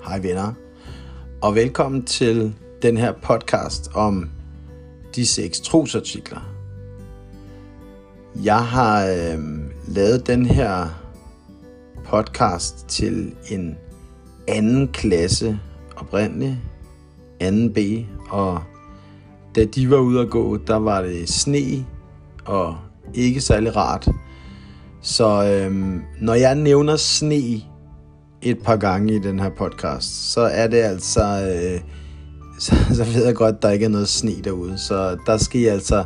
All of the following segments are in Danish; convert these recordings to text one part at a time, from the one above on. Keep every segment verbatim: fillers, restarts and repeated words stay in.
Hej venner, og velkommen til den her podcast om de seks trosartikler. Jeg har øh, lavet den her podcast til en anden klasse oprindeligt, anden B, og da de var ude at gå, der var det sne og ikke særlig rart. Så øh, når jeg nævner sne et par gange i den her podcast, så er det altså, øh, så, så ved jeg godt, at der ikke er noget sne derude. Så der skal I altså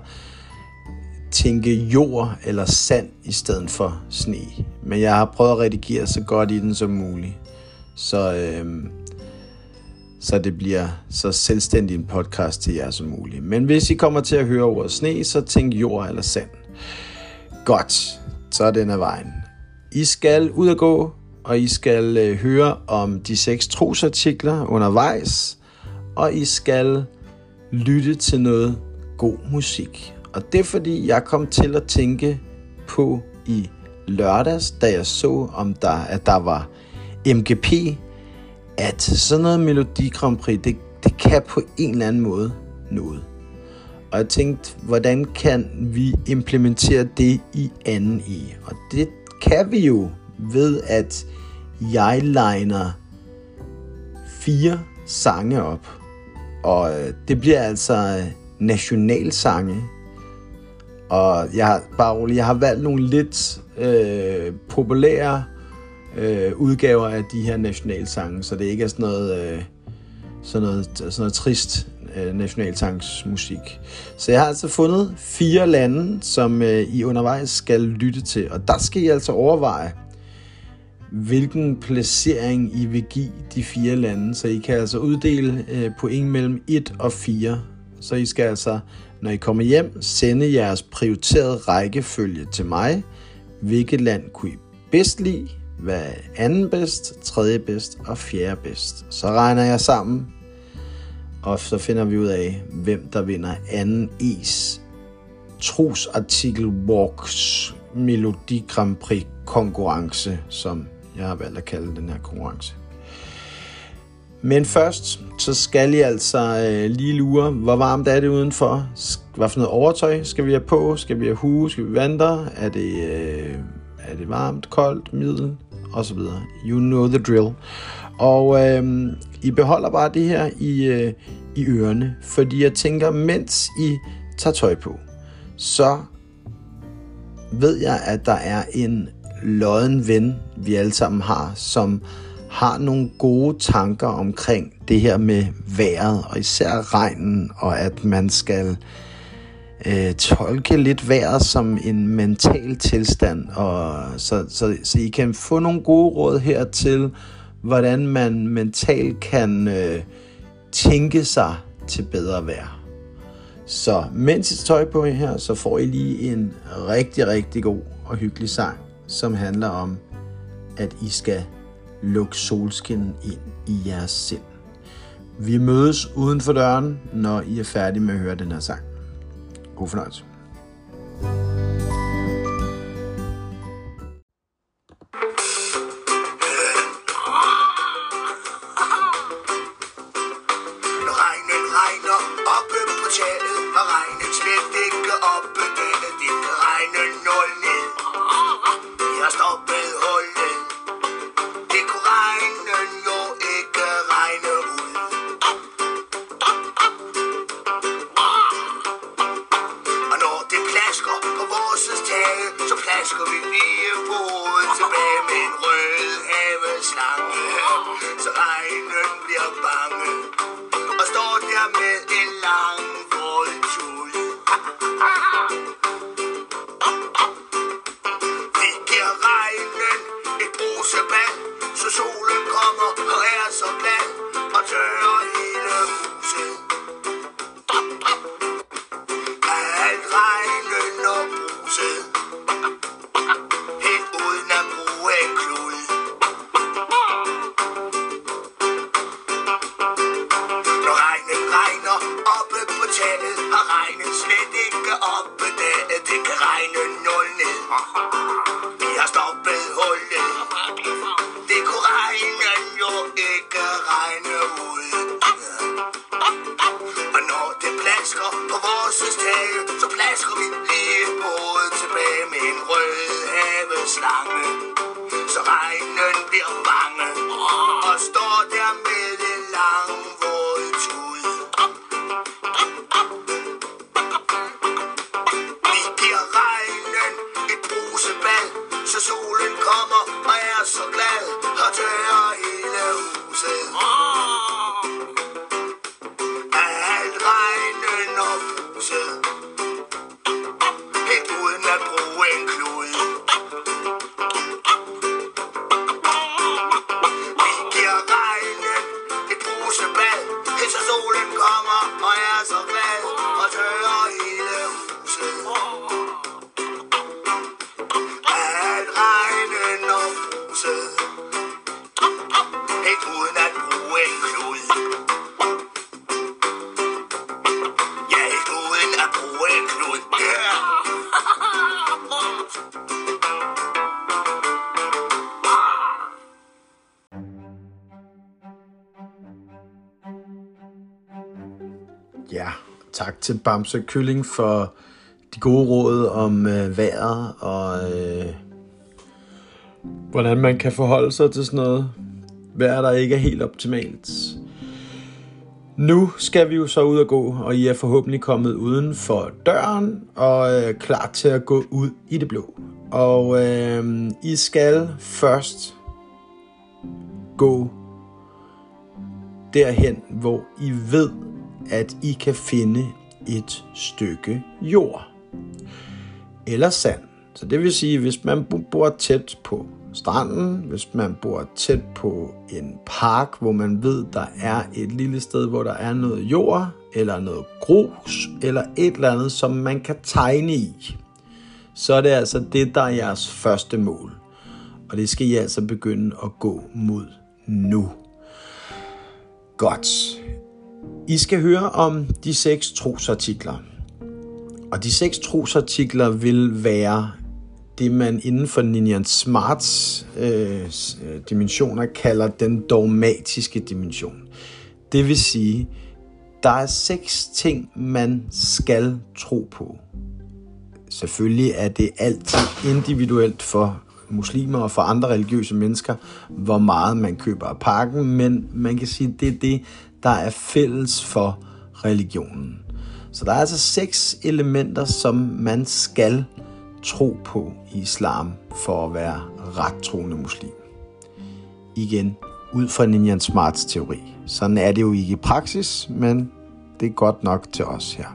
tænke jord eller sand i stedet for sne. Men jeg har prøvet at redigere så godt i den som muligt, så, øh, så det bliver så selvstændig en podcast til jer som muligt. Men hvis I kommer til at høre ordet sne, så tænk jord eller sand. Godt, så er den af vejen. I skal ud og gå, og I skal øh, høre om de seks trosartikler undervejs, og I skal lytte til noget god musik. Og det er fordi, jeg kom til at tænke på i lørdags, da jeg så, om der, at der var M G P, at sådan noget Melodi Grand Prix, det, det kan på en eller anden måde noget. Og jeg tænkte, hvordan kan vi implementere det i anden E? Og det kan vi jo ved, at jeg liner fire sange op. Og det bliver altså nationalsange. Og jeg har, bare roligt, jeg har valgt nogle lidt øh, populære øh, udgaver af de her nationalsange, så det ikke er sådan noget, øh, sådan noget, sådan noget trist øh, nationalsangsmusik. Så jeg har altså fundet fire lande, som øh, I undervejs skal lytte til, og der skal I altså overveje, hvilken placering I vil give de fire lande, så I kan altså uddele øh, point mellem et og fire. Så I skal altså, når I kommer hjem, sende jeres prioriterede rækkefølge til mig. Hvilket land kunne I bedst lide? Hvad er anden bedst, tredje bedst og fjerde bedst? Så regner jeg sammen, og så finder vi ud af, hvem der vinder anden E's trosartikel Walks Melodi Grand Prix konkurrence, som jeg har valgt at kalde den her konkurrence. Men først, så skal I altså øh, lige lure, hvor varmt er det udenfor? Hvad for noget overtøj skal vi have på? Skal vi have hue? Skal vi vandre? Er det, øh, er det varmt, koldt, middel? Og så videre. You know the drill. Og øh, I beholder bare det her i, øh, i ørerne, fordi jeg tænker, mens I tager tøj på, så ved jeg, at der er en lodden ven, vi alle sammen har, som har nogle gode tanker omkring det her med vejret, og især regnen, og at man skal øh, tolke lidt vejret som en mental tilstand, og så, så, så I kan få nogle gode råd her til, hvordan man mentalt kan øh, tænke sig til bedre vejr. Så mens I tager tøj på her, så får I lige en rigtig, rigtig god og hyggelig sang, som handler om, at I skal lukke solskin ind i jeres sind. Vi mødes uden for døren, når I er færdige med at høre den her sang. God fornøjelse. Regnen regner oppe på taget, og regnen slet ikke oppe denne. Det kan regne nul ned. Jeg har stoppet hullet. Det kunne regnen jo ikke regne ud. Og når det plasker på vores tage, så plasker vi lige hovedet tilbage med en rød haveslange. Så regnen bliver bange og står der med en lang våd tud. Vi giver regnen et brusebad, så solen kommer og er så glad og tørrer hele huset. Alt regnen og bruset, helt uden at bruge en klud. vores tage, så plasker vi lige båden tilbage med en rød haveslange. Så regnen bliver bange og står der med en lang våd tud. Vi giver regnen et brusebad, så solen kommer og er så glad og tørrer hele huset. Alt regnen og bruset, helt uden at bruge en klud. Vi giver regnen et brusebad, helt så solen kommer og er så glad og tørrer hele huset. Alt regnen og bruset, helt uden at bruge en klud. Ja, helt uden at bruge en klud. Yeah. Ja, tak til Bamse Kylling for de gode råd om øh, vejret og øh, hvordan man kan forholde sig til sådan noget vejr, der ikke er helt optimalt. Nu skal vi jo så ud og gå, og I er forhåbentlig kommet uden for døren og øh, klar til at gå ud i det blå. Og øh, I skal først gå derhen, hvor I ved, at I kan finde et stykke jord eller sand. Så det vil sige, hvis man bor tæt på stranden, hvis man bor tæt på en park, hvor man ved, der er et lille sted, hvor der er noget jord, eller noget grus, eller et eller andet, som man kan tegne i, så er det altså det, der er jeres første mål. Og det skal I altså begynde at gå mod nu. Godt. I skal høre om de seks trosartikler. Og de seks trosartikler vil være det, man inden for Ninian Smarts øh, dimensioner kalder den dogmatiske dimension. Det vil sige, der er seks ting, man skal tro på. Selvfølgelig er det altid individuelt for muslimer og for andre religiøse mennesker, hvor meget man køber af pakken, men man kan sige, at det er det, der er fælles for religionen. Så der er altså seks elementer, som man skal tro på i islam for at være ret troende muslim. Igen, ud fra Ninian Smarts teori. Sådan er det jo ikke i praksis, men det er godt nok til os her.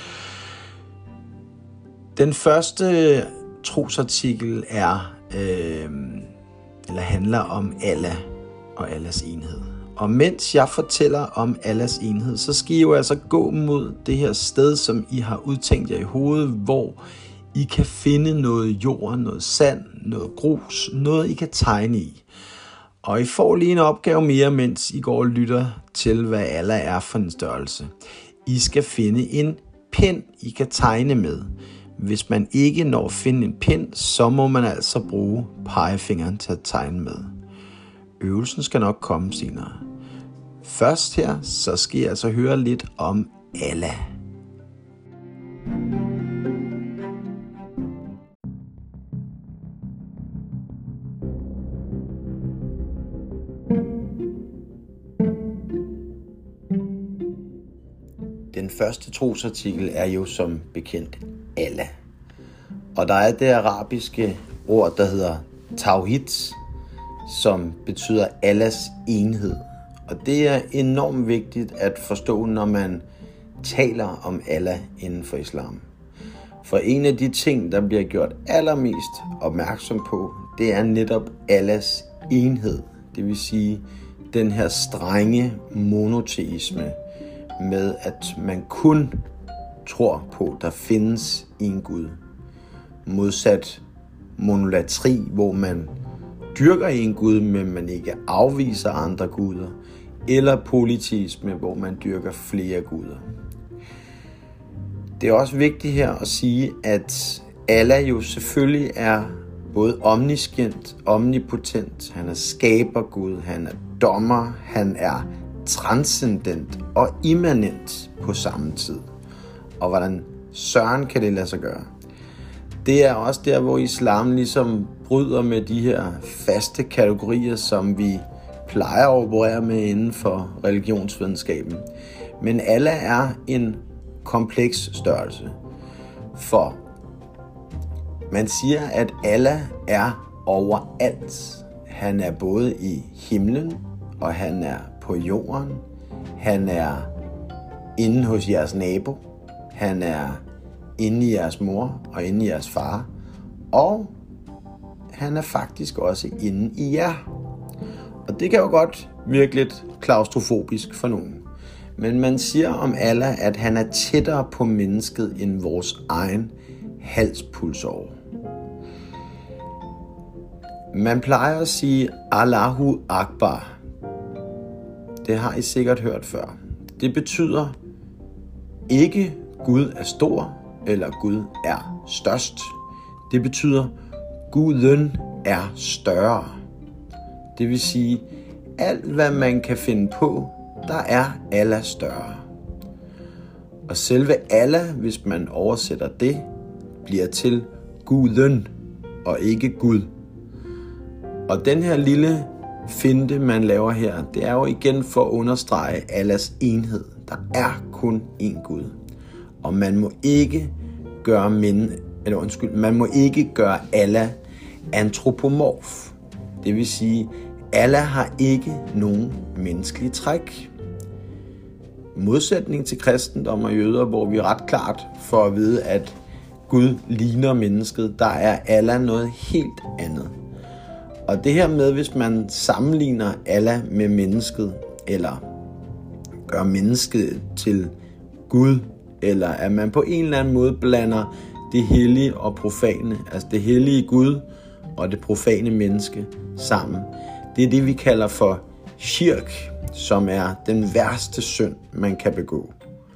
Den første trosartikel er, øh, eller handler om Allah og Allahs enhed. Og mens jeg fortæller om Allahs enhed, så skal I jo altså gå mod det her sted, som I har udtænkt jer i hovedet, hvor I kan finde noget jord, noget sand, noget grus, noget I kan tegne i. Og I får lige en opgave mere, mens I går og lytter til, hvad Allah er for en størrelse. I skal finde en pind, I kan tegne med. Hvis man ikke når at finde en pind, så må man altså bruge pegefingeren til at tegne med. Øvelsen skal nok komme senere. Først her, så skal I altså høre lidt om Allah. Den første trosartikel er jo som bekendt Allah. Og der er det arabiske ord, der hedder Tawhid, som betyder Allahs enhed. Og det er enormt vigtigt at forstå, når man taler om Allah inden for islam. For en af de ting, der bliver gjort allermest opmærksom på, det er netop Allahs enhed. Det vil sige den her strenge monoteisme med, at man kun tror på, der findes en Gud. Modsat monolatri, hvor man dyrker en Gud, men man ikke afviser andre guder, eller polyteisme, hvor man dyrker flere guder. Det er også vigtigt her at sige, at Allah jo selvfølgelig er både omniscient, omnipotent, han er skabergud, han er dommer, han er transcendent og immanent på samme tid. Og hvordan søren kan det lade sig gøre? Det er også der, hvor islam ligesom bryder med de her faste kategorier, som vi plejer at operere med inden for religionsvidenskaben. Men Allah er en kompleks størrelse. For man siger, at Allah er overalt. Han er både i himlen, og han er på jorden. Han er inde hos jeres nabo. Han er inde i jeres mor og inde i jeres far. Og han er faktisk også inde i jer. Og det kan jo godt virke lidt klaustrofobisk for nogen. Men man siger om Allah, at han er tættere på mennesket end vores egen halspulsår. Man plejer at sige Allahu Akbar. Det har I sikkert hørt før. Det betyder ikke Gud er stor, eller Gud er størst. Det betyder Guden er større. Det vil sige, alt hvad man kan finde på, der er Allah større. Og selve Allah, hvis man oversætter det, bliver til Guden og ikke Gud. Og den her lille finte, man laver her, det er jo igen for at understrege Allahs enhed. Der er kun én Gud. Og man må ikke gøre men, eller undskyld, man må ikke gøre Allah antropomorf. Det vil sige, Allah har ikke nogen menneskelige træk. Modsætning til kristendom og jøder, hvor vi ret klart får at vide, at Gud ligner mennesket, der er Allah noget helt andet. Og det her med, hvis man sammenligner Allah med mennesket, eller gør mennesket til Gud, eller at man på en eller anden måde blander det hellige og profane, altså det hellige Gud og det profane menneske sammen. Det er det, vi kalder for shirk, som er den værste synd, man kan begå.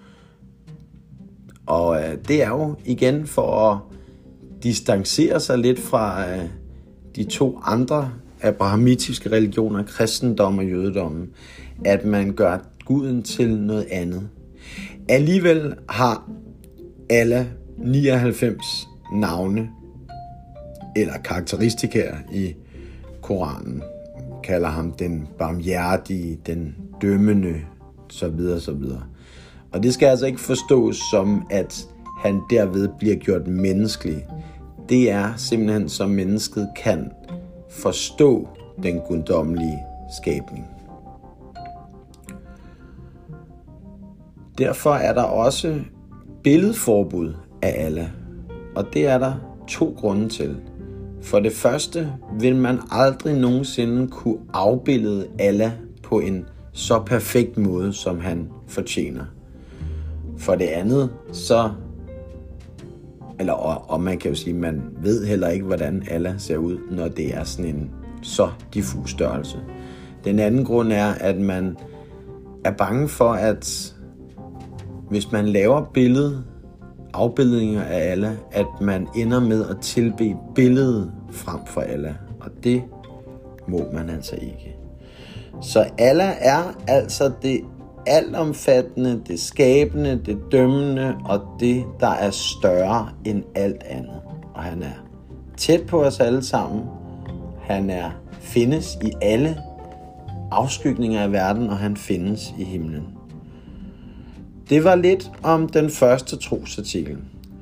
Og øh, det er jo igen for at distancere sig lidt fra øh, de to andre abrahamitiske religioner, kristendom og jødedommen, at man gør guden til noget andet. Alligevel har Allah nioghalvfems navne eller karakteristika i Koranen. Man kalder ham den barmhjertige, den dømmende, så videre, så videre. Og det skal altså ikke forstås som, at han derved bliver gjort menneskelig. Det er simpelthen, som mennesket kan forstå den guddommelige skabning. Derfor er der også billedforbud af Allah, og det er der to grunde til. For det første vil man aldrig nogensinde kunne afbillede Allah på en så perfekt måde, som han fortjener. For det andet, så, eller og, og man kan jo sige, man ved heller ikke, hvordan Allah ser ud, når det er sådan en så diffus størrelse. Den anden grund er, at man er bange for, at hvis man laver billede, afbildninger af Allah, at man ender med at tilbede billedet frem for Allah. Og det må man altså ikke. Så Allah er altså det altomfattende, det skabende, det dømmende og det, der er større end alt andet. Og han er tæt på os alle sammen. Han er findes i alle afskygninger af verden, og han findes i himlen. Det var lidt om den første trosartikel.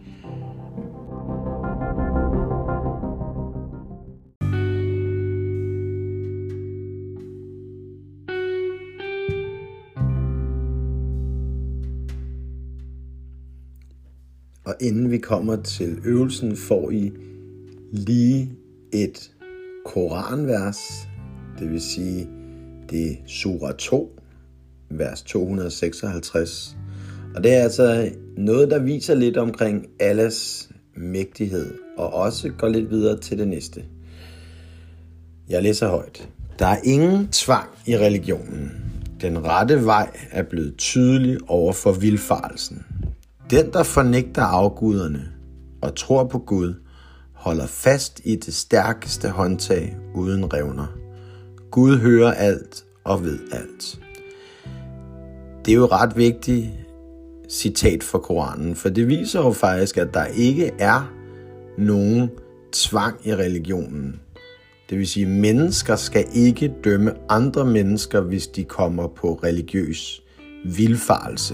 Og inden vi kommer til øvelsen, får I lige et koranvers, det vil sige det er sura to, vers to hundrede og seksoghalvtreds. Og det er altså noget, der viser lidt omkring Allahs mægtighed, og også går lidt videre til det næste. Jeg læser højt. Der er ingen tvang i religionen. Den rette vej er blevet tydelig over for vildfarelsen. Den, der fornægter afguderne og tror på Gud, holder fast i det stærkeste håndtag uden revner. Gud hører alt og ved alt. Det er jo ret vigtigt, citat fra Koranen, for det viser jo faktisk, at der ikke er nogen tvang i religionen. Det vil sige, at mennesker skal ikke dømme andre mennesker, hvis de kommer på religiøs vildfarelse.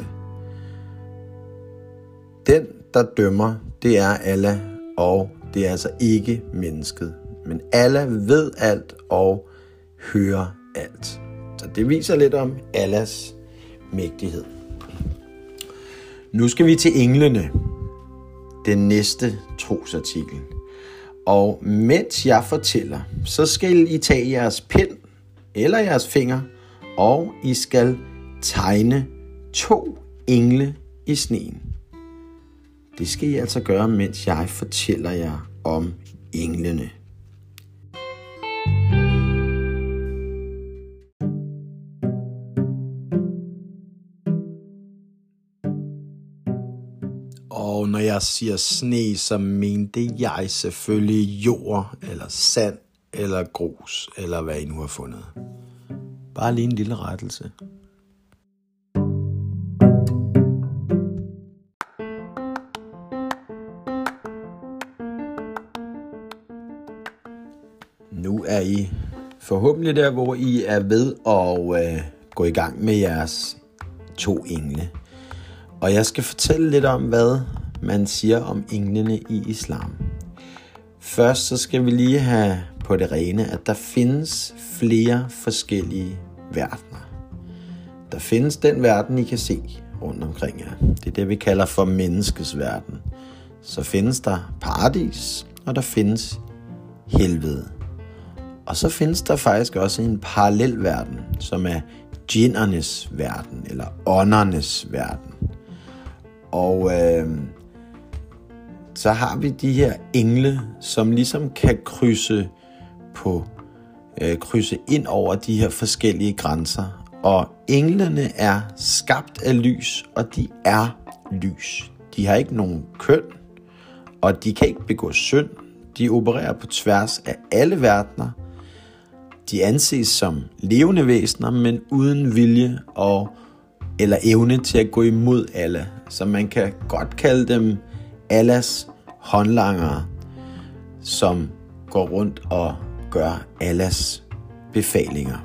Den, der dømmer, det er Allah, og det er altså ikke mennesket. Men Allah ved alt og hører alt. Så det viser lidt om Allahs mægtighed. Nu skal vi til englene. Den næste trosartikel. Og mens jeg fortæller, så skal I tage jeres pen eller jeres finger, og I skal tegne to engle i sneen. Det skal I altså gøre, mens jeg fortæller jer om englene. Og når jeg siger sne, så mente jeg selvfølgelig jord, eller sand, eller grus, eller hvad I nu har fundet. Bare lige en lille rettelse. Nu er I forhåbentlig der, hvor I er ved at øh, gå i gang med jeres to engle. Og jeg skal fortælle lidt om, hvad man siger om englene i islam. Først så skal vi lige have på det rene, at der findes flere forskellige verdener. Der findes den verden, I kan se rundt omkring jer. Det er det, vi kalder for menneskets verden. Så findes der paradis, og der findes helvede. Og så findes der faktisk også en parallel verden, som er djinnernes verden, eller åndernes verden. Og øh, så har vi de her engle, som ligesom kan krydse, på, øh, krydse ind over de her forskellige grænser. Og englene er skabt af lys, og de er lys. De har ikke nogen køn, og de kan ikke begå synd. De opererer på tværs af alle verdener. De anses som levende væsener, men uden vilje og eller evne til at gå imod Allah. Så man kan godt kalde dem Allahs håndlangere, som går rundt og gør Allahs befalinger.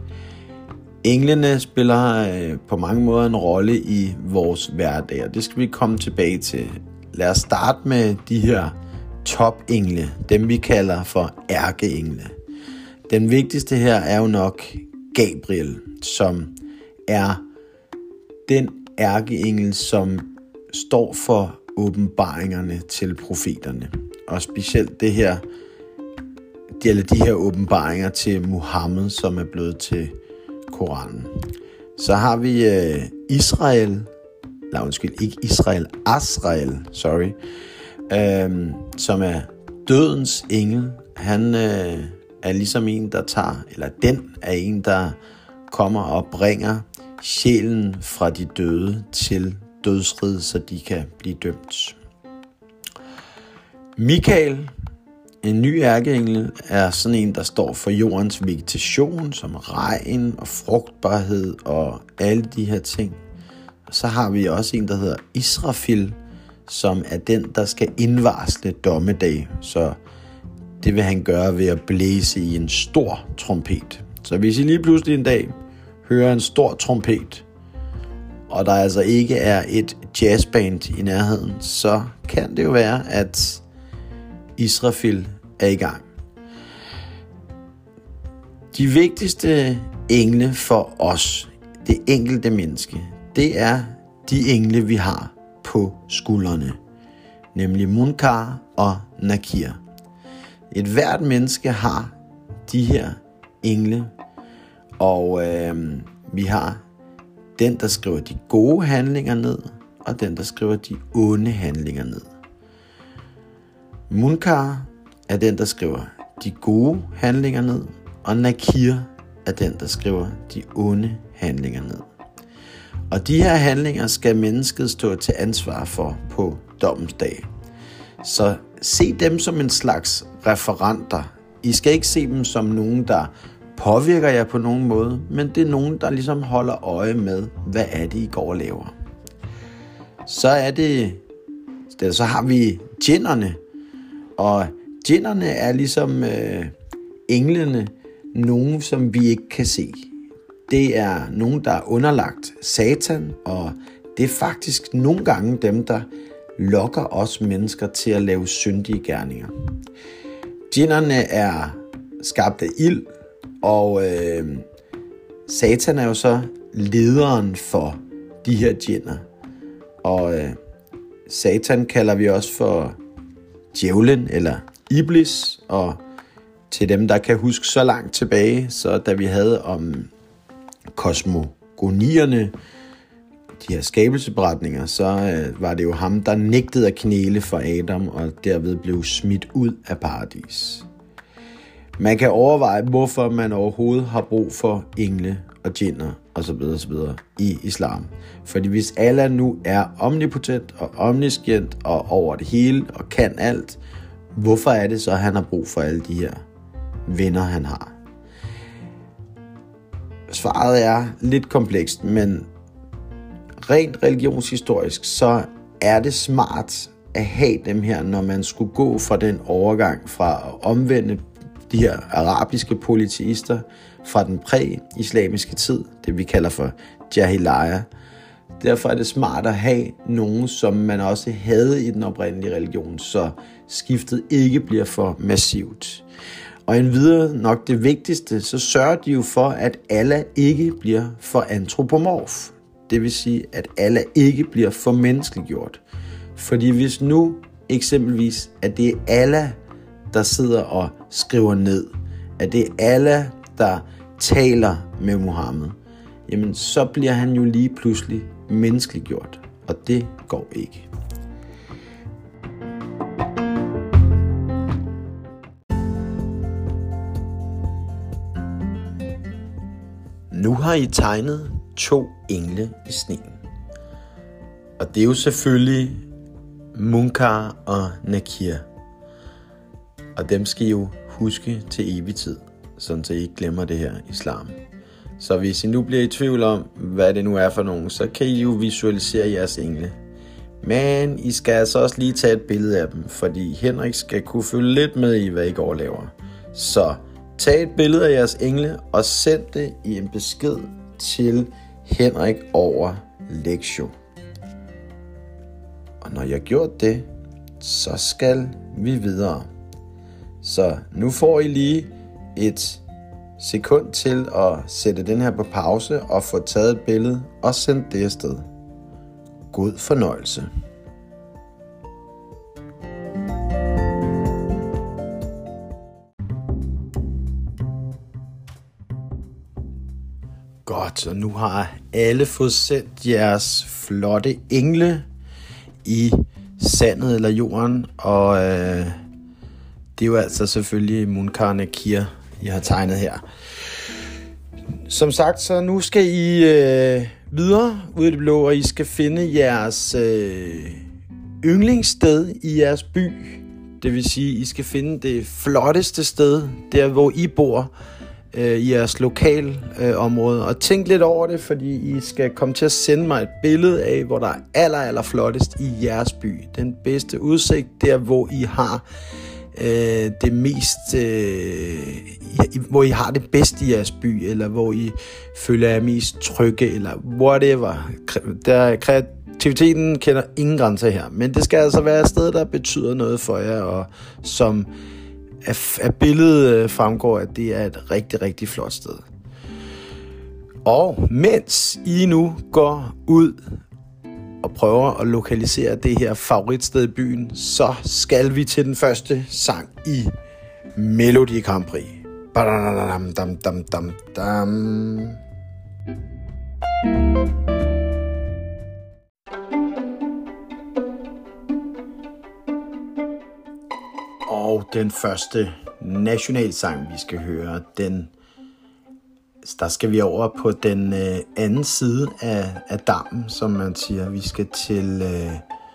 Englene spiller øh, på mange måder en rolle i vores hverdag, og det skal vi komme tilbage til. Lad os starte med de her topengle, dem vi kalder for ærkeengle. Den vigtigste her er jo nok Gabriel, som er den ærkeengel, som står for åbenbaringerne til profeterne. Og specielt det her, de, eller de her åbenbaringer til Muhammed, som er blevet til Koranen. Så har vi øh, Israel, nej undskyld, ikke Israel, Azrael, sorry, øh, som er dødens engel. Han øh, er ligesom en, der tager, eller den er en, der kommer og bringer sjælen fra de døde til dødsriget, så de kan blive dømt. Mikael, en ny ærkeengel, er sådan en, der står for jordens vegetation, som regn og frugtbarhed og alle de her ting. Og så har vi også en, der hedder Israfil, som er den, der skal indvarsle dommedag. Så det vil han gøre ved at blæse i en stor trompet. Så hvis I lige pludselig en dag hører en stor trompet, og der altså ikke er et jazzband i nærheden, så kan det jo være, at Israfil er i gang. De vigtigste engle for os, det enkelte menneske, det er de engle, vi har på skuldrene, nemlig Munkar og Nakir. Et hvert menneske har de her engle, og øh, vi har den, der skriver de gode handlinger ned, og den, der skriver de onde handlinger ned. Munkar er den, der skriver de gode handlinger ned, og Nakir er den, der skriver de onde handlinger ned. Og de her handlinger skal mennesket stå til ansvar for på dommens dag. Så se dem som en slags referenter. I skal ikke se dem som nogen, der påvirker jer på nogen måde, men det er nogen, der ligesom holder øje med, hvad er det, I går og laver. så er det, så har vi djinnerne. Og djinnerne er ligesom øh, englene, nogen som vi ikke kan se. Det er nogen, der er underlagt Satan, og det er faktisk nogle gange dem, der lokker os mennesker til at lave syndige gerninger. Djinnerne er skabt af ild, og øh, Satan er jo så lederen for de her djinner. Og øh, Satan kalder vi også for djævlen eller Iblis, og til dem, der kan huske så langt tilbage, så da vi havde om kosmogonierne, de her skabelsesberetninger, så øh, var det jo ham, der nægtede at knæle for Adam, og derved blev smidt ud af paradis. Man kan overveje, hvorfor man overhovedet har brug for engle og djinner osv. osv. i islam. Fordi hvis Allah nu er omnipotent og omniscient og over det hele og kan alt, hvorfor er det så, at han har brug for alle de her venner, han har? Svaret er lidt komplekst, men rent religionshistorisk, så er det smart at have dem her, når man skulle gå fra den overgang fra at omvende de her arabiske polyteister fra den præ-islamiske tid, det vi kalder for jahiliya. Derfor er det smart at have nogen, som man også havde i den oprindelige religion, så skiftet ikke bliver for massivt. Og endvidere nok det vigtigste, så sørger de jo for, at Allah ikke bliver for antropomorf. Det vil sige, at Allah ikke bliver for menneskeliggjort. Fordi hvis nu eksempelvis, at det er Allah, der sidder og skriver ned, at det er Allah, der taler med Muhammed, jamen så bliver han jo lige pludselig menneskeliggjort, og det går ikke. Nu har I tegnet to engle i sneen. Og det er jo selvfølgelig Munkar og Nakir. Og dem skal I jo huske til evig tid, sådan så I ikke glemmer det her islam. Så hvis I nu bliver i tvivl om, hvad det nu er for nogen, så kan I jo visualisere jeres engle. Men I skal altså også lige tage et billede af dem, fordi Henrik skal kunne følge lidt med i, hvad I går og laver. Så tag et billede af jeres engle og send det i en besked til Henrik over Lektio. Og når jeg har gjort det, så skal vi videre. Så nu får I lige et sekund til at sætte den her på pause og få taget et billede og sendt det afsted. God fornøjelse. Godt, og nu har alle fået sendt jeres flotte engle i sandet eller jorden, og øh, det er jo altså selvfølgelig Munkar Nakir, jeg har tegnet her. Som sagt, så nu skal I øh, videre ud i det blå, og I skal finde jeres øh, yndlingssted i jeres by. Det vil sige, I skal finde det flotteste sted, der hvor I bor, øh, i jeres lokal øh, område. Og tænk lidt over det, fordi I skal komme til at sende mig et billede af, hvor der er aller, aller flottest i jeres by. Den bedste udsigt, der hvor I har øh, det mest, øh, hvor I har det bedste i jeres by, eller hvor I føler jer mest trygge, eller whatever. Der kreativiteten kender ingen grænser her, men det skal altså være et sted, der betyder noget for jer, og som af billedet fremgår, at det er et rigtig, rigtig flot sted. Og mens I nu går ud og prøver at lokalisere det her favoritsted i byen, så skal vi til den første sang i Melodi Grand Prix. Badam, dam, dam, dam, dam. Og den første nationalsang, vi skal høre, den, der skal vi over på den øh, anden side af, af dammen, som man siger. Vi skal til øh,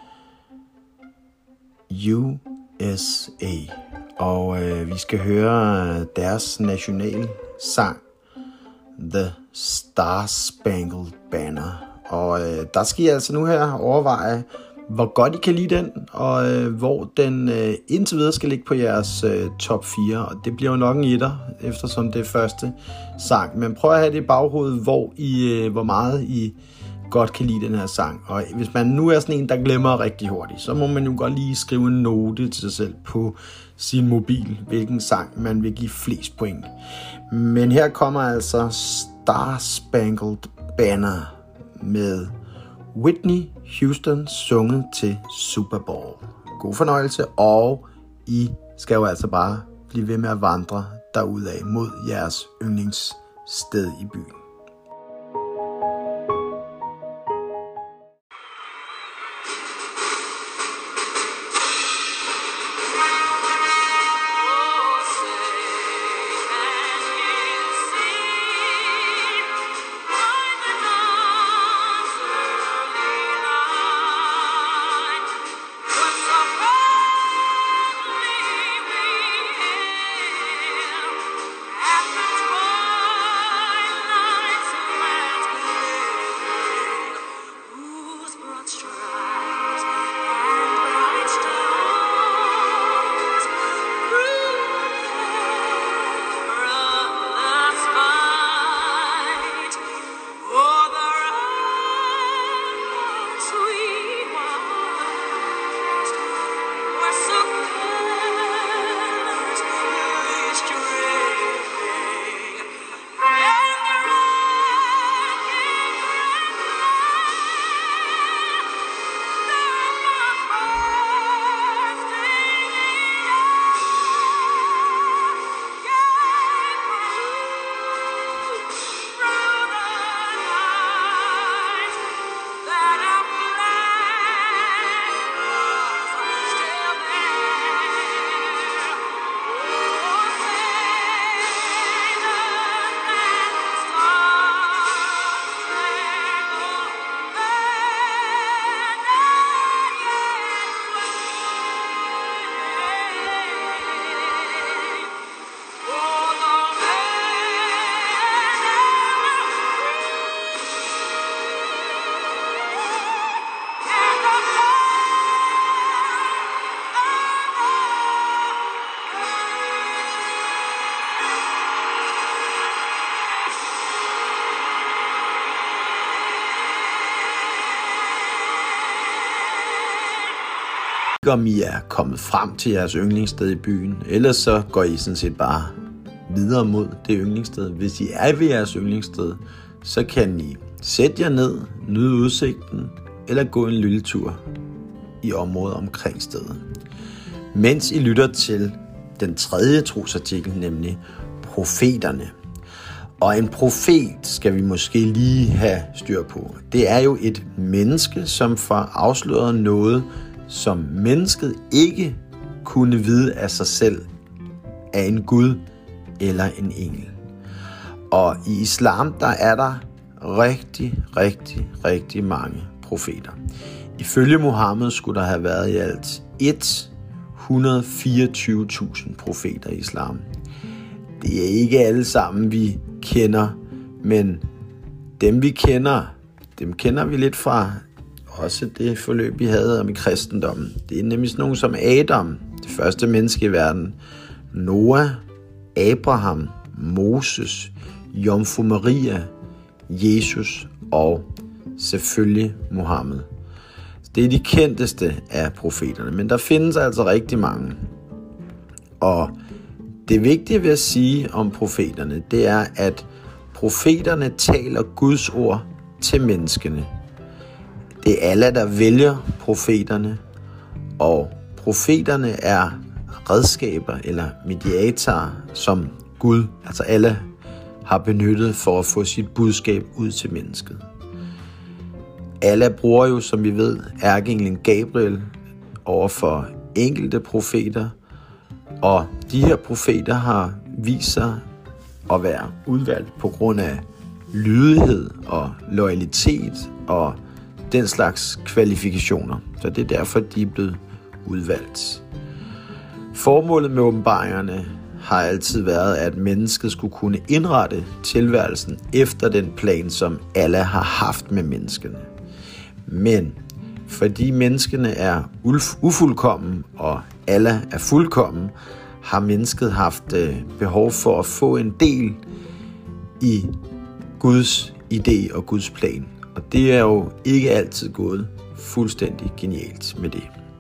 U S A, og øh, vi skal høre deres nationalsang, The Star Spangled Banner. Og øh, der skal I altså nu her overveje, hvor godt I kan lide den, og øh, hvor den øh, indtil videre skal ligge på jeres øh, top fire. Og det bliver jo nok en etter, eftersom det er første sang. Men prøv at have det i baghovedet, hvor, I, øh, hvor meget I godt kan lide den her sang. Og hvis man nu er sådan en, der glemmer rigtig hurtigt, så må man jo godt lige skrive en note til sig selv på sin mobil, hvilken sang man vil give flest point. Men her kommer altså Star Spangled Banner med Whitney Houston sunget til Super Bowl. God fornøjelse, og I skal jo altså bare blive ved med at vandre derudad mod jeres yndlingssted i byen. Om I er kommet frem til jeres yndlingssted i byen, ellers så går I sådan set bare videre mod det yndlingssted. Hvis I er ved jeres yndlingssted, så kan I sætte jer ned, nyde udsigten, eller gå en lille tur i området omkring stedet. Mens I lytter til den tredje trosartikel, nemlig profeterne. Og en profet skal vi måske lige have styr på. Det er jo et menneske, som får afsløret noget, som mennesket ikke kunne vide af sig selv, af en Gud eller en engel. Og i islam, der er der rigtig, rigtig, rigtig mange profeter. Ifølge Muhammed skulle der have været i alt et hundrede og fireogtyve tusind profeter i islam. Det er ikke alle sammen, vi kender, men dem vi kender, dem kender vi lidt fra også det forløb, vi havde om i kristendommen. Det er nemlig sådan nogle som Adam, det første menneske i verden, Noah, Abraham, Moses, Jomfru Maria, Jesus og selvfølgelig Muhammed. Det er de kendteste af profeterne, men der findes altså rigtig mange. Og det vigtige ved at sige om profeterne, det er, at profeterne taler Guds ord til menneskene. Det er Allah, der vælger profeterne, og profeterne er redskaber eller mediatorer, som Gud, altså Allah, har benyttet for at få sit budskab ud til mennesket. Allah bruger jo, som vi ved, ærkeenglen Gabriel over for enkelte profeter, og de her profeter har vist sig at være udvalgt på grund af lydighed og loyalitet og den slags kvalifikationer. Så det er derfor, de er blevet udvalgt. Formålet med åbenbaringerne har altid været, at mennesket skulle kunne indrette tilværelsen efter den plan, som Allah har haft med menneskene. Men fordi menneskene er ufuldkommen, og Allah er fuldkommen, har mennesket haft behov for at få en del i Guds idé og Guds plan. Og det er jo ikke altid gået fuldstændig genialt med det.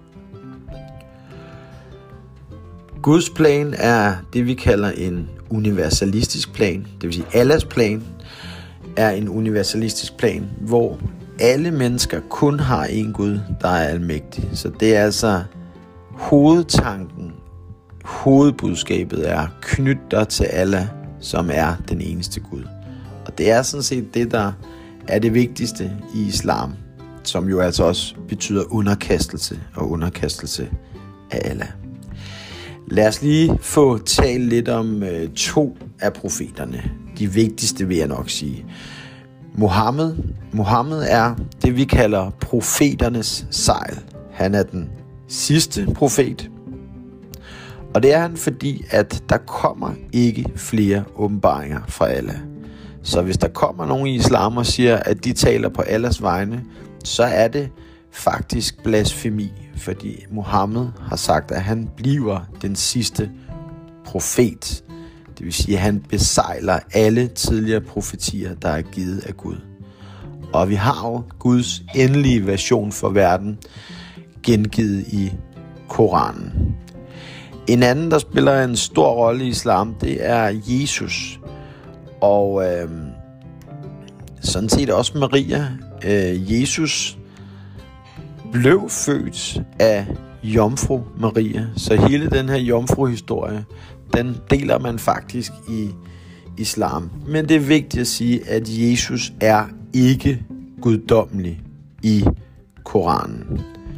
Guds plan er det, vi kalder en universalistisk plan. Det vil sige, Allahs plan er en universalistisk plan, hvor alle mennesker kun har en Gud, der er almægtig. Så det er altså hovedtanken, hovedbudskabet er, knyt dig til Allah, som er den eneste Gud. Og det er sådan set det, der er det vigtigste i islam, som jo altså også betyder underkastelse og underkastelse af Allah. Lad os lige få talt lidt om øh, to af profeterne. De vigtigste vil jeg nok sige. Muhammed. Muhammed er det, vi kalder profeternes sejl. Han er den sidste profet. Og det er han, fordi at der kommer ikke flere åbenbaringer fra Allah. Så hvis der kommer nogen i islam og siger, at de taler på Allahs vegne, så er det faktisk blasfemi, fordi Muhammed har sagt, at han bliver den sidste profet. Det vil sige, at han besejler alle tidligere profetier, der er givet af Gud. Og vi har jo Guds endelige version for verden gengivet i Koranen. En anden, der spiller en stor rolle i islam, det er Jesus. Og øh, sådan set også Maria. Øh, Jesus blev født af Jomfru Maria. Så hele den her jomfru-historie, den deler man faktisk i islam. Men det er vigtigt at sige, at Jesus er ikke guddommelig i Koranen.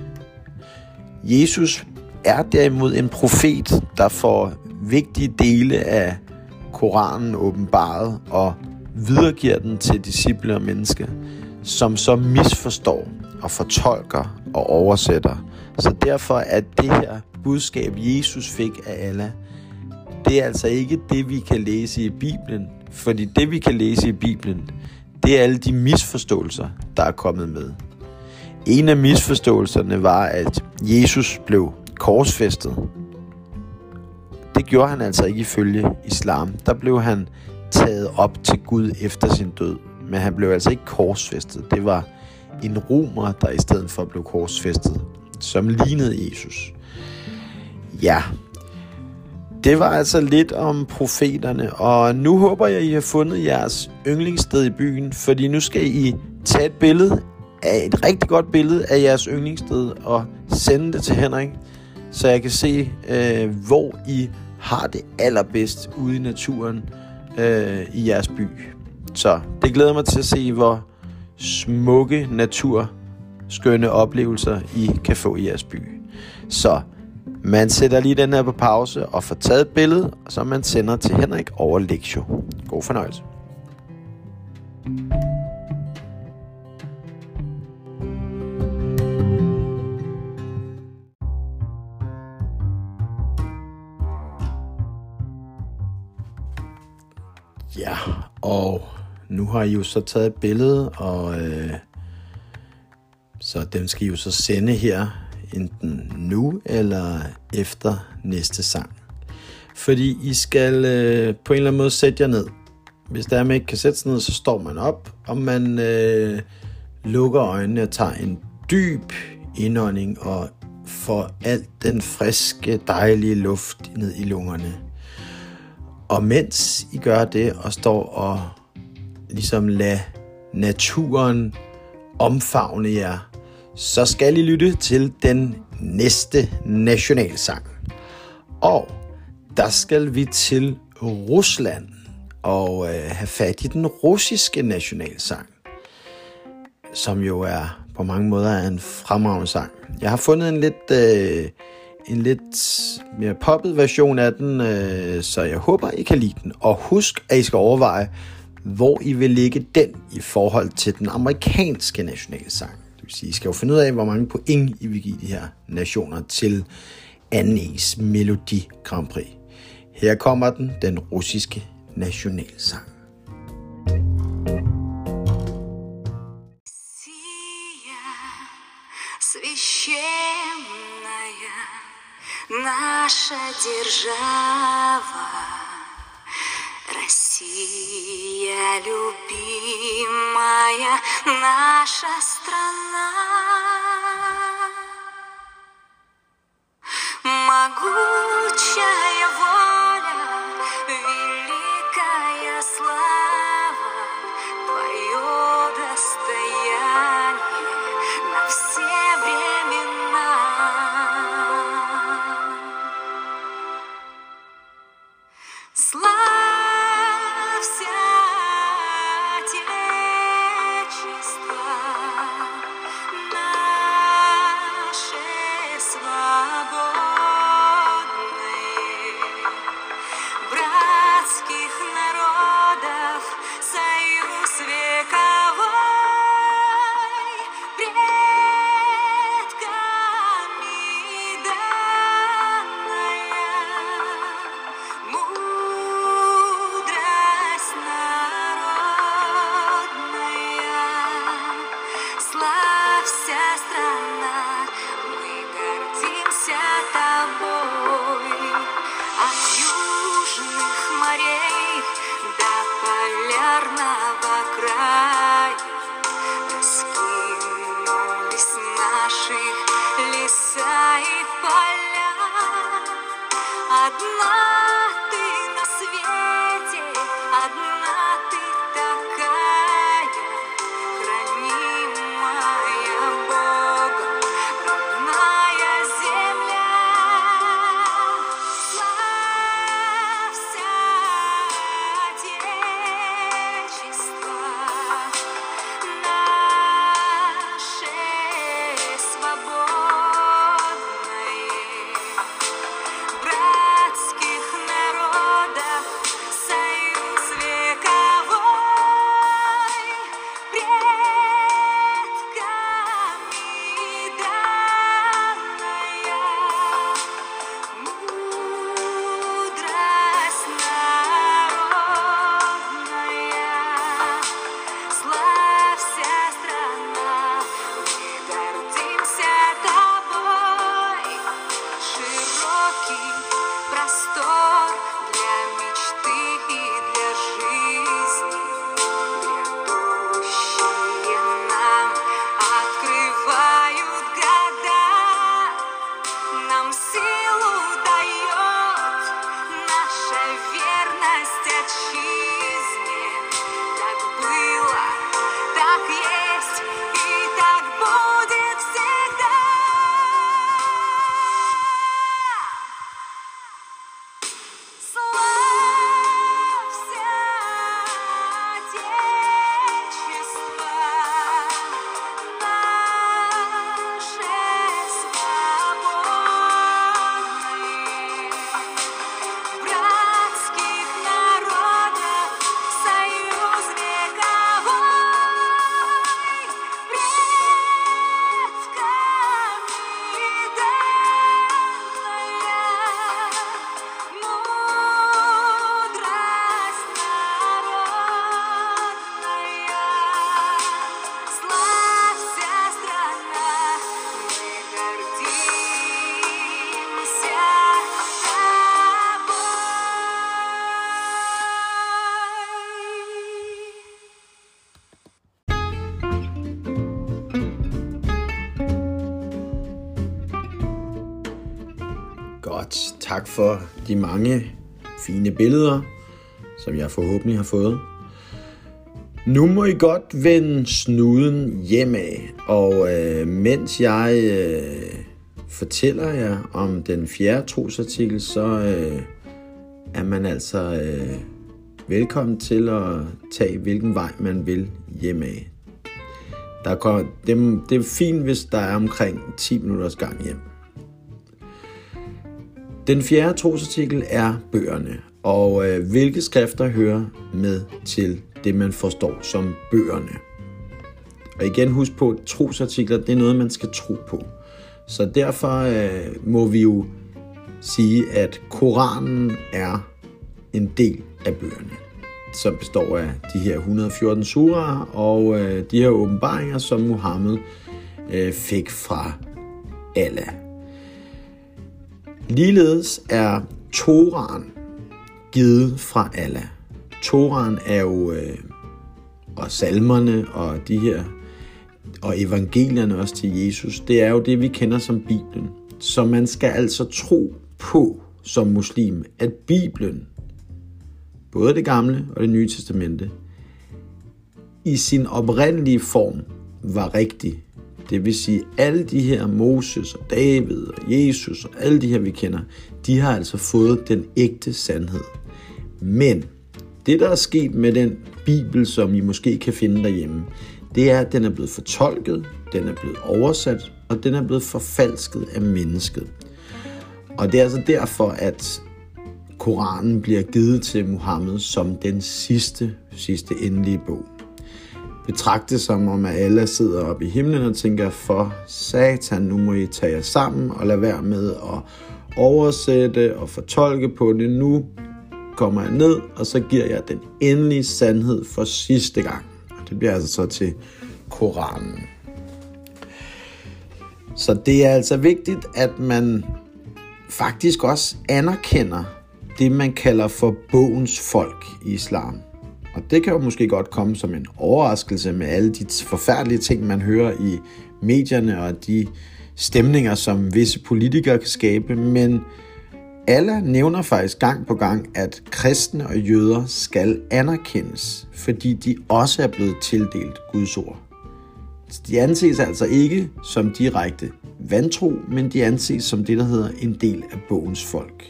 Jesus er derimod en profet, der får vigtige dele af Koranen åbenbaret og videregiver den til disciple og mennesker, som så misforstår og fortolker og oversætter. Så derfor er det her budskab, Jesus fik af Allah, det er altså ikke det, vi kan læse i Bibelen. Fordi det, vi kan læse i Bibelen, det er alle de misforståelser, der er kommet med. En af misforståelserne var, at Jesus blev korsfæstet. Det gjorde han altså ikke ifølge islam. Der blev han taget op til Gud efter sin død. Men han blev altså ikke korsfæstet. Det var en romer, der i stedet for blev korsfæstet, som lignede Jesus. Ja, det var altså lidt om profeterne. Og nu håber jeg, I har fundet jeres yndlingssted i byen. Fordi nu skal I tage et billede af et rigtig godt billede af jeres yndlingssted og sende det til Henrik, så jeg kan se, øh, hvor I har det allerbedst ude i naturen øh, i jeres by. Så det glæder mig til at se, hvor smukke natur, skønne oplevelser I kan få i jeres by. Så man sætter lige den her på pause og får taget et billede, som man sender til Henrik over Lexio. God fornøjelse. Ja, og nu har I jo så taget et billede, og øh, så dem skal I jo så sende her, enten nu eller efter næste sang. Fordi I skal øh, på en eller anden måde sætte jer ned. Hvis der man ikke kan sætte sig ned, så står man op, og man øh, lukker øjnene og tager en dyb indånding og får alt den friske, dejlige luft ned i lungerne. Og mens I gør det og står og ligesom lader naturen omfavne jer, så skal I lytte til den næste nationalsang. Og der skal vi til Rusland og øh, have fat i den russiske nationalsang, som jo er på mange måder er en fremragende sang. Jeg har fundet en lidt øh, en lidt mere poppet version af den, øh, så jeg håber, I kan lide den. Og husk, at I skal overveje, hvor I vil lægge den i forhold til den amerikanske nationalsang. Det vil sige, I skal jo finde ud af, hvor mange point I vil give de her nationer til anden E's Melodi Grand Prix. Her kommer den, den russiske nationalsang. Священная наша держава, Россия любимая наша страна, могучая воля, великая слава, твое достояние на все времена. Славься, Отечество наше свободное, братских народов союз вековой, предками данная, мудрость народная. Славься, страна, мы гордимся тобой. От южных морей до полярного края раскинулись наши леса и поля. Одна ты на свете, одна ты такая, хранимая Богом родная земля. Славься, Отечество наше свободное, братских народов союз вековой, предками данная, мудрость народная. Славься, страна, мы гордимся тобой. Широкий простор для мечты и для жизни, грядущие нам открывают года. Нам силу дает наша верность отчизне. Так было, так есть и так будет всегда. Славься, Отечество наше свободное, братских народов союз вековой, предками данная, мудрость народная. Славься, страна, мы гордимся тобой. Godt, tak for de mange fine billeder, som jeg forhåbentlig har fået. Nu må I godt vende snuden hjemad, og øh, mens jeg øh, fortæller jer om den fjerde trosartikel, så øh, er man altså øh, velkommen til at tage hvilken vej man vil hjemad. Der går, det, det er fint, hvis der er omkring ti minutters gang hjem. Den fjerde trosartikel er bøgerne, og øh, hvilke skrifter hører med til det, man forstår som bøgerne. Og igen husk på, at trosartikler, det er noget, man skal tro på. Så derfor øh, må vi jo sige, at Koranen er en del af bøgerne, som består af de her et hundrede og fjorten suraer og øh, de her åbenbaringer, som Muhammed øh, fik fra Allah. Ligeledes er Toraen givet fra Allah. Toraen er jo, øh, og salmerne og de her, og evangelierne også til Jesus, det er jo det, vi kender som Bibelen. Så man skal altså tro på som muslim, at Bibelen, både det gamle og det nye testamente, i sin oprindelige form var rigtig. Det vil sige, alle de her Moses og David og Jesus og alle de her, vi kender, de har altså fået den ægte sandhed. Men det, der er sket med den Bibel, som I måske kan finde derhjemme, det er, at den er blevet fortolket, den er blevet oversat, og den er blevet forfalsket af mennesket. Og det er altså derfor, at Koranen bliver givet til Muhammed som den sidste, sidste endelige bog. Betragtes som om, at alle sidder oppe i himlen og tænker, for satan, nu må I tage jer sammen og lade være med at oversætte og fortolke på det. Nu kommer jeg ned, og så giver jeg den endelige sandhed for sidste gang. Og det bliver altså så til Koranen. Så det er altså vigtigt, at man faktisk også anerkender det, man kalder for bogens folk i islam. Og det kan jo måske godt komme som en overraskelse med alle de forfærdelige ting, man hører i medierne og de stemninger, som visse politikere kan skabe. Men Allah nævner faktisk gang på gang, at kristne og jøder skal anerkendes, fordi de også er blevet tildelt Guds ord. De anses altså ikke som direkte vantro, men de anses som det, der hedder en del af bogens folk.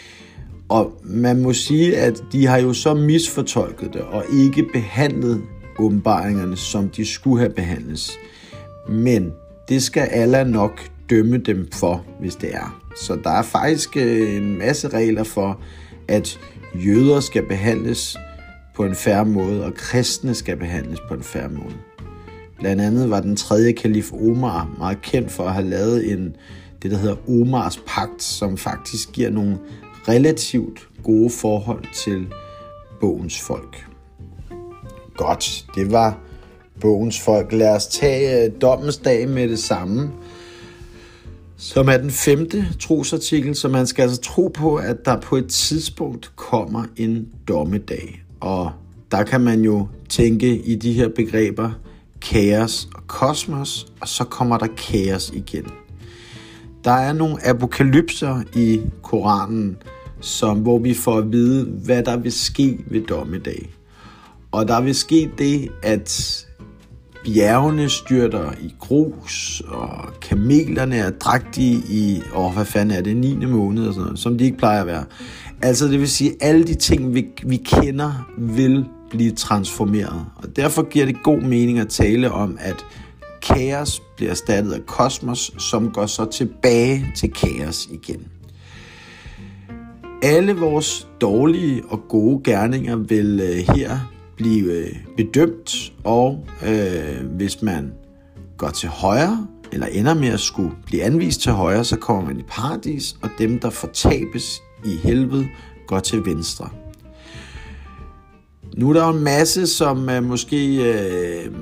Og man må sige, at de har jo så misfortolket det og ikke behandlet åbenbaringerne, som de skulle have behandles. Men det skal Allah nok dømme dem for, hvis det er. Så der er faktisk en masse regler for, at jøder skal behandles på en fair måde, og kristne skal behandles på en fair måde. Blandt andet var den tredje kalif Omar meget kendt for at have lavet en, det, der hedder Omars pagt, som faktisk giver nogle relativt gode forhold til bogens folk. Godt, det var bogens folk. Lad os tage dommens dag med det samme, som er den femte trosartikel, så man skal altså tro på, at der på et tidspunkt kommer en dommedag. Og der kan man jo tænke i de her begreber kaos og kosmos, og så kommer der kaos igen. Der er nogle apokalypser i Koranen, som, hvor vi får at vide, hvad der vil ske ved dommedag. Og der vil ske det, at bjergene styrter i grus, og kamelerne er drægtige i, åh, hvad fanden er det, niende måned, og sådan noget, som de ikke plejer at være. Altså det vil sige, at alle de ting, vi, vi kender, vil blive transformeret. Og derfor giver det god mening at tale om, at kaos bliver erstattet af kosmos, som går så tilbage til kaos igen. Alle vores dårlige og gode gerninger vil øh, her blive øh, bedømt, og øh, hvis man går til højre, eller ender med at skulle blive anvist til højre, så kommer man i paradis, og dem, der fortabes i helvede, går til venstre. Nu er der jo en masse, som øh, måske øh,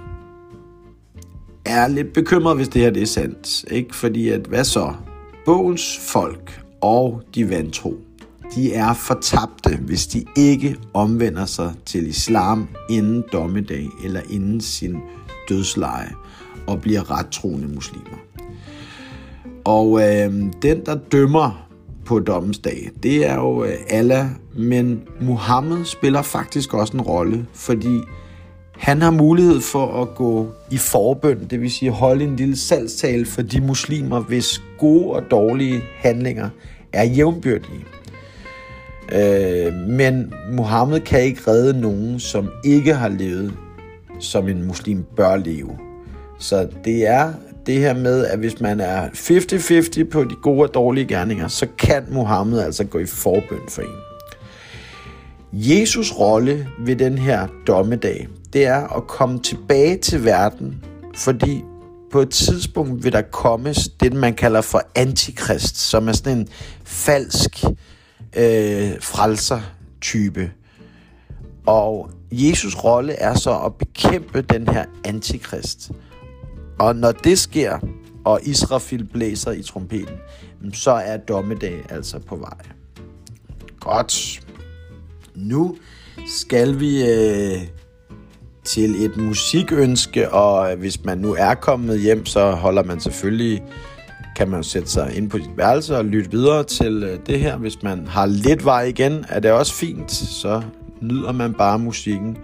er lidt bekymret, hvis det her det er sandt. Ikke? Fordi at, hvad så? Bogens folk og de vantro, de er fortabte, hvis de ikke omvender sig til islam inden dommedag eller inden sin dødsleje og bliver rettroende muslimer. Og øh, den, der dømmer på dommens dag, det er jo øh, Allah, men Muhammed spiller faktisk også en rolle, fordi han har mulighed for at gå i forbøn, det vil sige holde en lille salgstale for de muslimer, hvis gode og dårlige handlinger er jævnbyrdige. Øh, men Muhammed kan ikke redde nogen, som ikke har levet, som en muslim bør leve. Så det er det her med, at hvis man er halvtreds halvtreds på de gode og dårlige gerninger, så kan Muhammed altså gå i forbøn for en. Jesus' rolle ved den her dommedag, det er at komme tilbage til verden, fordi på et tidspunkt vil der komme det, man kalder for antikrist, som er sådan en falsk øh, frelser-type. Og Jesus' rolle er så at bekæmpe den her antikrist. Og når det sker, og Israfil blæser i trompeten, så er dommedag altså på vej. Godt. Nu skal vi øh, til et musikønske, og hvis man nu er kommet hjem, så holder man selvfølgelig, kan man sætte sig ind på sit værelse og lytte videre til øh, det her. Hvis man har lidt vej igen, er det også fint, så nyder man bare musikken.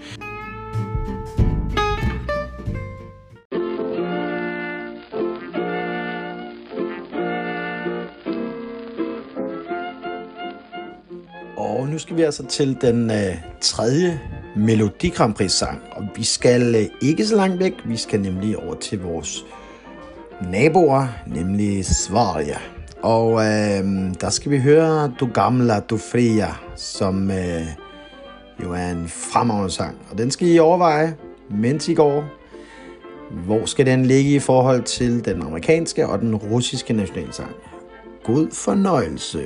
Og nu skal vi altså til den øh, tredje Melodi Grand Prix sang, og vi skal øh, ikke så langt væk, vi skal nemlig over til vores naboer, nemlig Sverige. Og øh, der skal vi høre Du Gamla Du Fria, som øh, jo er en fremragende sang, og den skal I overveje, mens I går. Hvor skal den ligge i forhold til den amerikanske og den russiske nationalsang? God fornøjelse.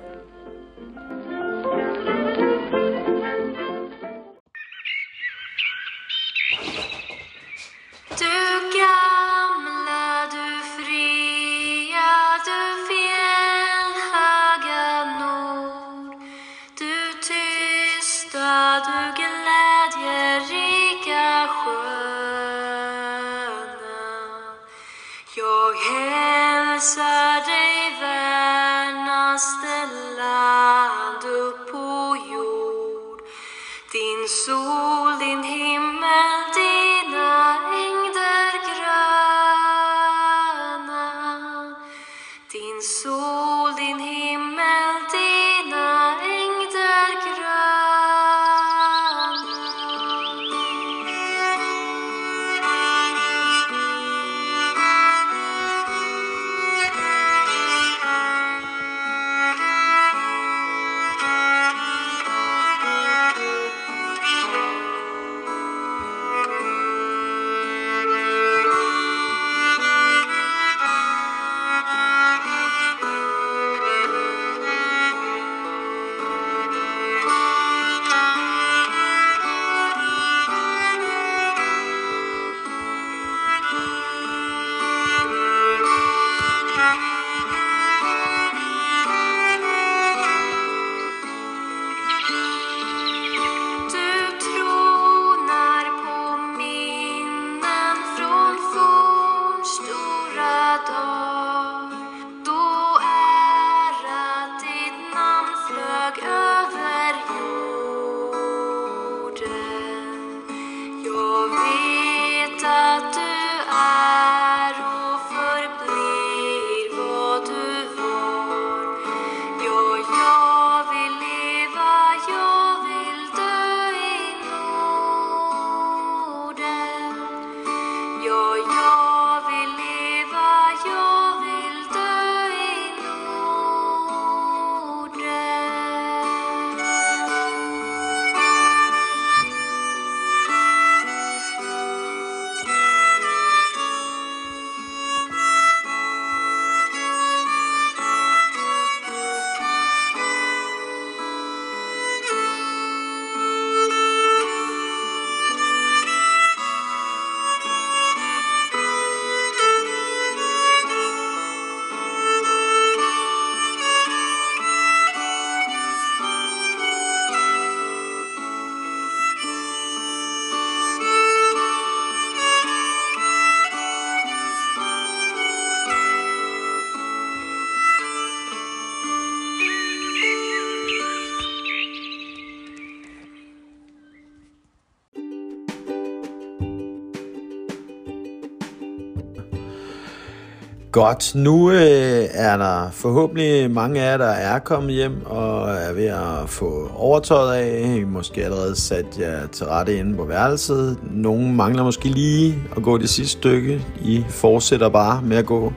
Godt, nu øh, er der forhåbentlig mange af jer, der er kommet hjem og er ved at få overtøjet af. I måske allerede sat jer til rette inde på værelset. Nogle mangler måske lige at gå det sidste stykke. I fortsætter bare med at gå.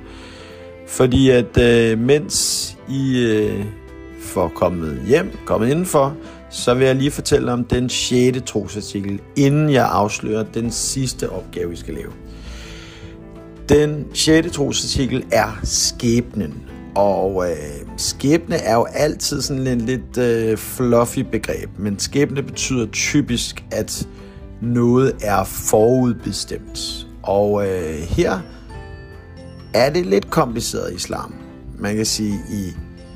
Fordi at øh, mens I øh, får kommet hjem, kommet indenfor, så vil jeg lige fortælle om den sjette trosartikel, inden jeg afslører den sidste opgave, vi skal lave. Den sjette trosartikel er skæbnen. Og øh, skæbne er jo altid sådan en lidt øh, fluffy begreb, men skæbne betyder typisk, at noget er forudbestemt. Og øh, her er det lidt kompliceret i islam. Man kan sige, i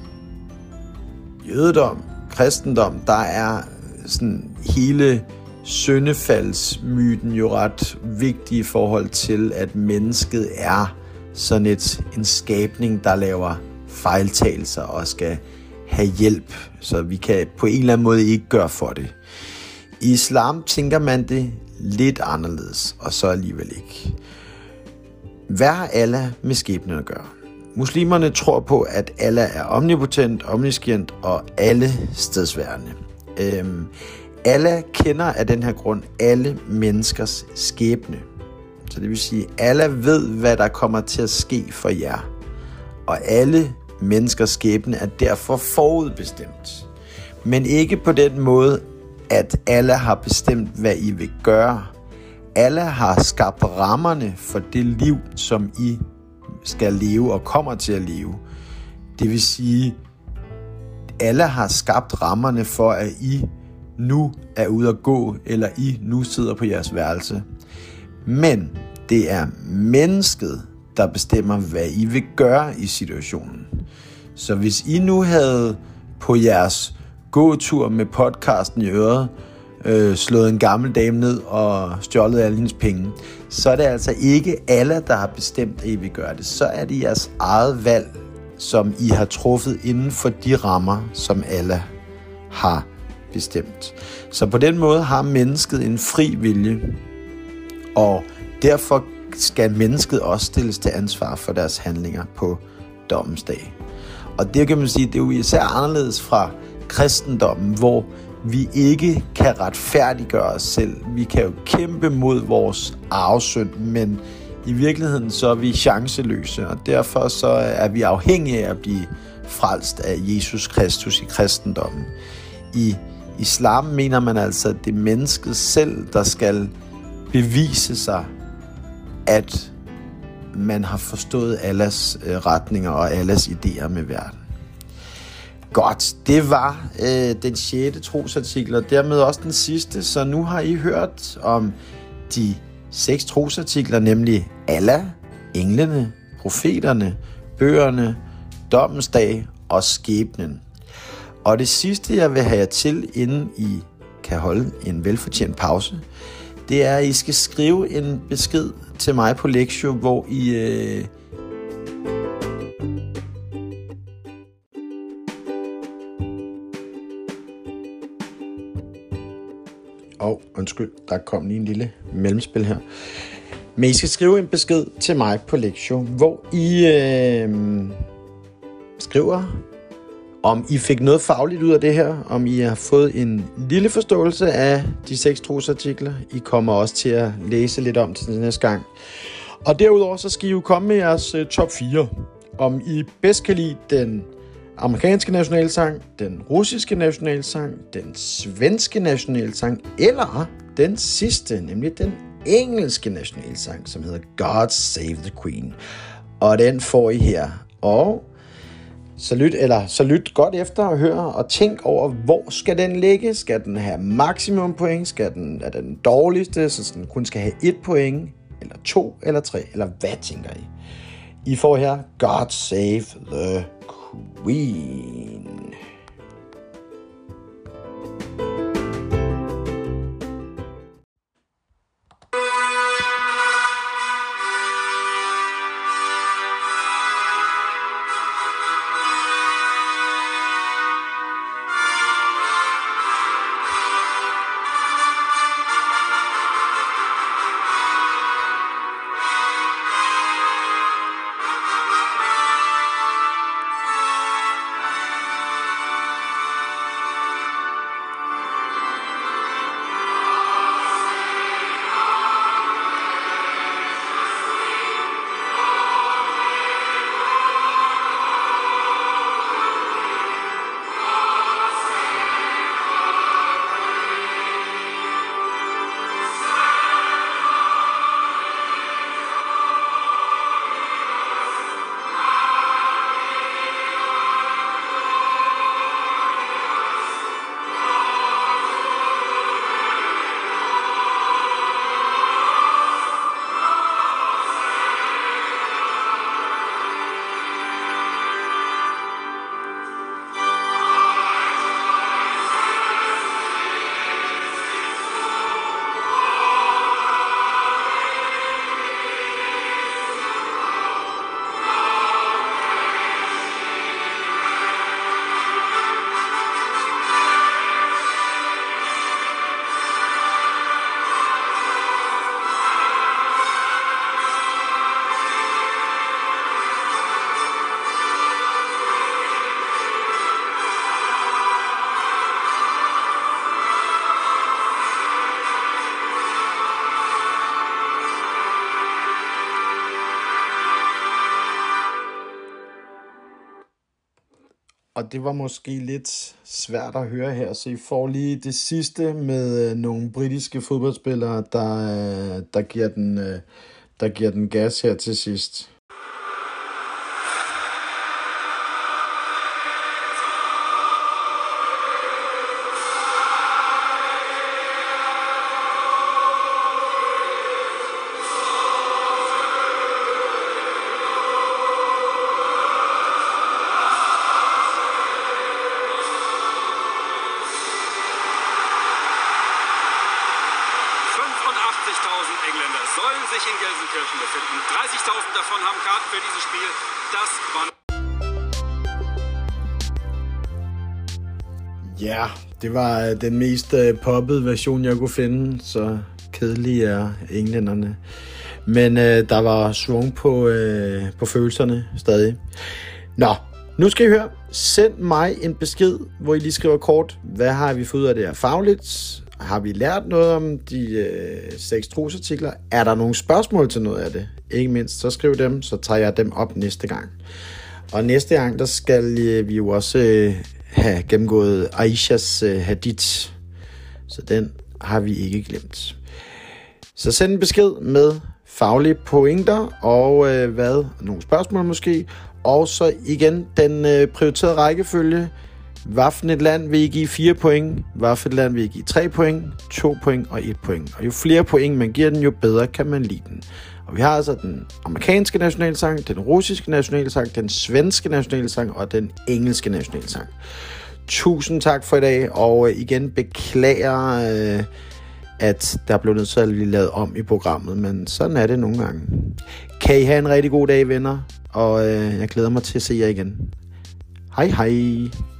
jødedom, kristendom, der er sådan hele syndefaldsmyten jo ret vigtig i forhold til, at mennesket er sådan et, en skabning, der laver fejltagelser og skal have hjælp. Så vi kan på en eller anden måde ikke gøre for det. I islam tænker man det lidt anderledes, og så alligevel ikke. Hvad har Allah med skæbnen at gøre? Muslimerne tror på, at Allah er omnipotent, omniscient og alle stedsværende. Øhm, Allah kender af den her grund alle menneskers skæbne. Så det vil sige, at Allah ved, hvad der kommer til at ske for jer. Og alle menneskers skæbne er derfor forudbestemt. Men ikke på den måde, at Allah har bestemt, hvad I vil gøre. Allah har skabt rammerne for det liv, som I skal leve og kommer til at leve. Det vil sige, Allah har skabt rammerne for, at I nu er ude at gå, eller I nu sidder på jeres værelse. Men det er mennesket, der bestemmer, hvad I vil gøre i situationen. Så hvis I nu havde på jeres gåtur med podcasten i øret, øh, slået en gammel dame ned og stjålet alle hendes penge, så er det altså ikke alle, der har bestemt, at I vil gøre det. Så er det jeres eget valg, som I har truffet inden for de rammer, som alle har bestemt. Så på den måde har mennesket en fri vilje, og derfor skal mennesket også stilles til ansvar for deres handlinger på dommens dag. Og det kan man sige, det er jo især anderledes fra kristendommen, hvor vi ikke kan retfærdiggøre os selv. Vi kan jo kæmpe mod vores arvesynd, men i virkeligheden så er vi chanceløse, og derfor så er vi afhængige af at blive frelst af Jesus Kristus i kristendommen. I islam mener man altså, at det er mennesket selv, der skal bevise sig, at man har forstået Allahs retninger og Allahs idéer med verden. Godt, det var øh, den sjette trosartikel, og dermed også den sidste. Så nu har I hørt om de seks trosartikler, nemlig Allah, englene, profeterne, bøgerne, dommens dag og skæbnen. Og det sidste, jeg vil have jer til, inden I kan holde en velfortjent pause, det er, at I skal skrive en besked til mig på Lexio, hvor I... Øh, Og oh, undskyld, der kom lige en lille mellemspil her. Men I skal skrive en besked til mig på Lexio, hvor I øh, skriver, om I fik noget fagligt ud af det her, om I har fået en lille forståelse af de seks trosartikler. I kommer også til at læse lidt om til næste gang. Og derudover så skal I jo komme med jeres uh, top fire. Om I bedst kan lide den amerikanske nationalsang, den russiske nationalsang, den svenske nationalsang, eller den sidste, nemlig den engelske nationalsang, som hedder God Save the Queen. Og den får I her. Og så lyt, eller, så lyt godt efter og hør og tænk over, hvor skal den ligge? Skal den have maksimum point? Skal den, er den dårligste, så den kun skal have et point? Eller to, eller tre? Eller hvad tænker I? I får her God Save the Queen. og det var måske lidt svært at høre her, så I får lige det sidste med øh, nogle britiske fodboldspillere, der, øh, der, giver den, øh, der giver den gas her til sidst. fünfundachtzigtausend Engländer sollen sich in Gelsenkirchen befinden. dreißigtausend davon haben Karten für dieses Spiel. Das war... Ja, det var øh, den mest øh, poppede version, jeg kunne finde, så kedelige er englænderne. Men øh, der var svung på, øh, på følelserne stadig. Nå, nu skal I høre. Send mig en besked, hvor I lige skriver kort, hvad har vi fået ud af det her fagligt? Har vi lært noget om de øh, seks trosartikler? Er der nogle spørgsmål til noget af det? Ikke mindst, så skriv dem, så tager jeg dem op næste gang. Og næste gang, der skal øh, vi jo også øh, have gennemgået Aishas øh, hadith. Så den har vi ikke glemt. Så send en besked med faglige pointer og øh, hvad? Nogle spørgsmål måske. Og så igen den øh, prioriterede rækkefølge. Hvad for et land vil I give fire point? Hvad for et land vil I give tre point? to point og et point. Og jo flere point man giver den, jo bedre kan man lide den. Og vi har altså den amerikanske nationalsang, den russiske nationalsang, den svenske nationalsang og den engelske nationalsang. Tusind tak for i dag, og igen beklager, øh, at der blev nødt til at blive lavet om i programmet, men sådan er det nogle gange. Kan I have en rigtig god dag, venner, og øh, jeg glæder mig til at se jer igen. Hej hej!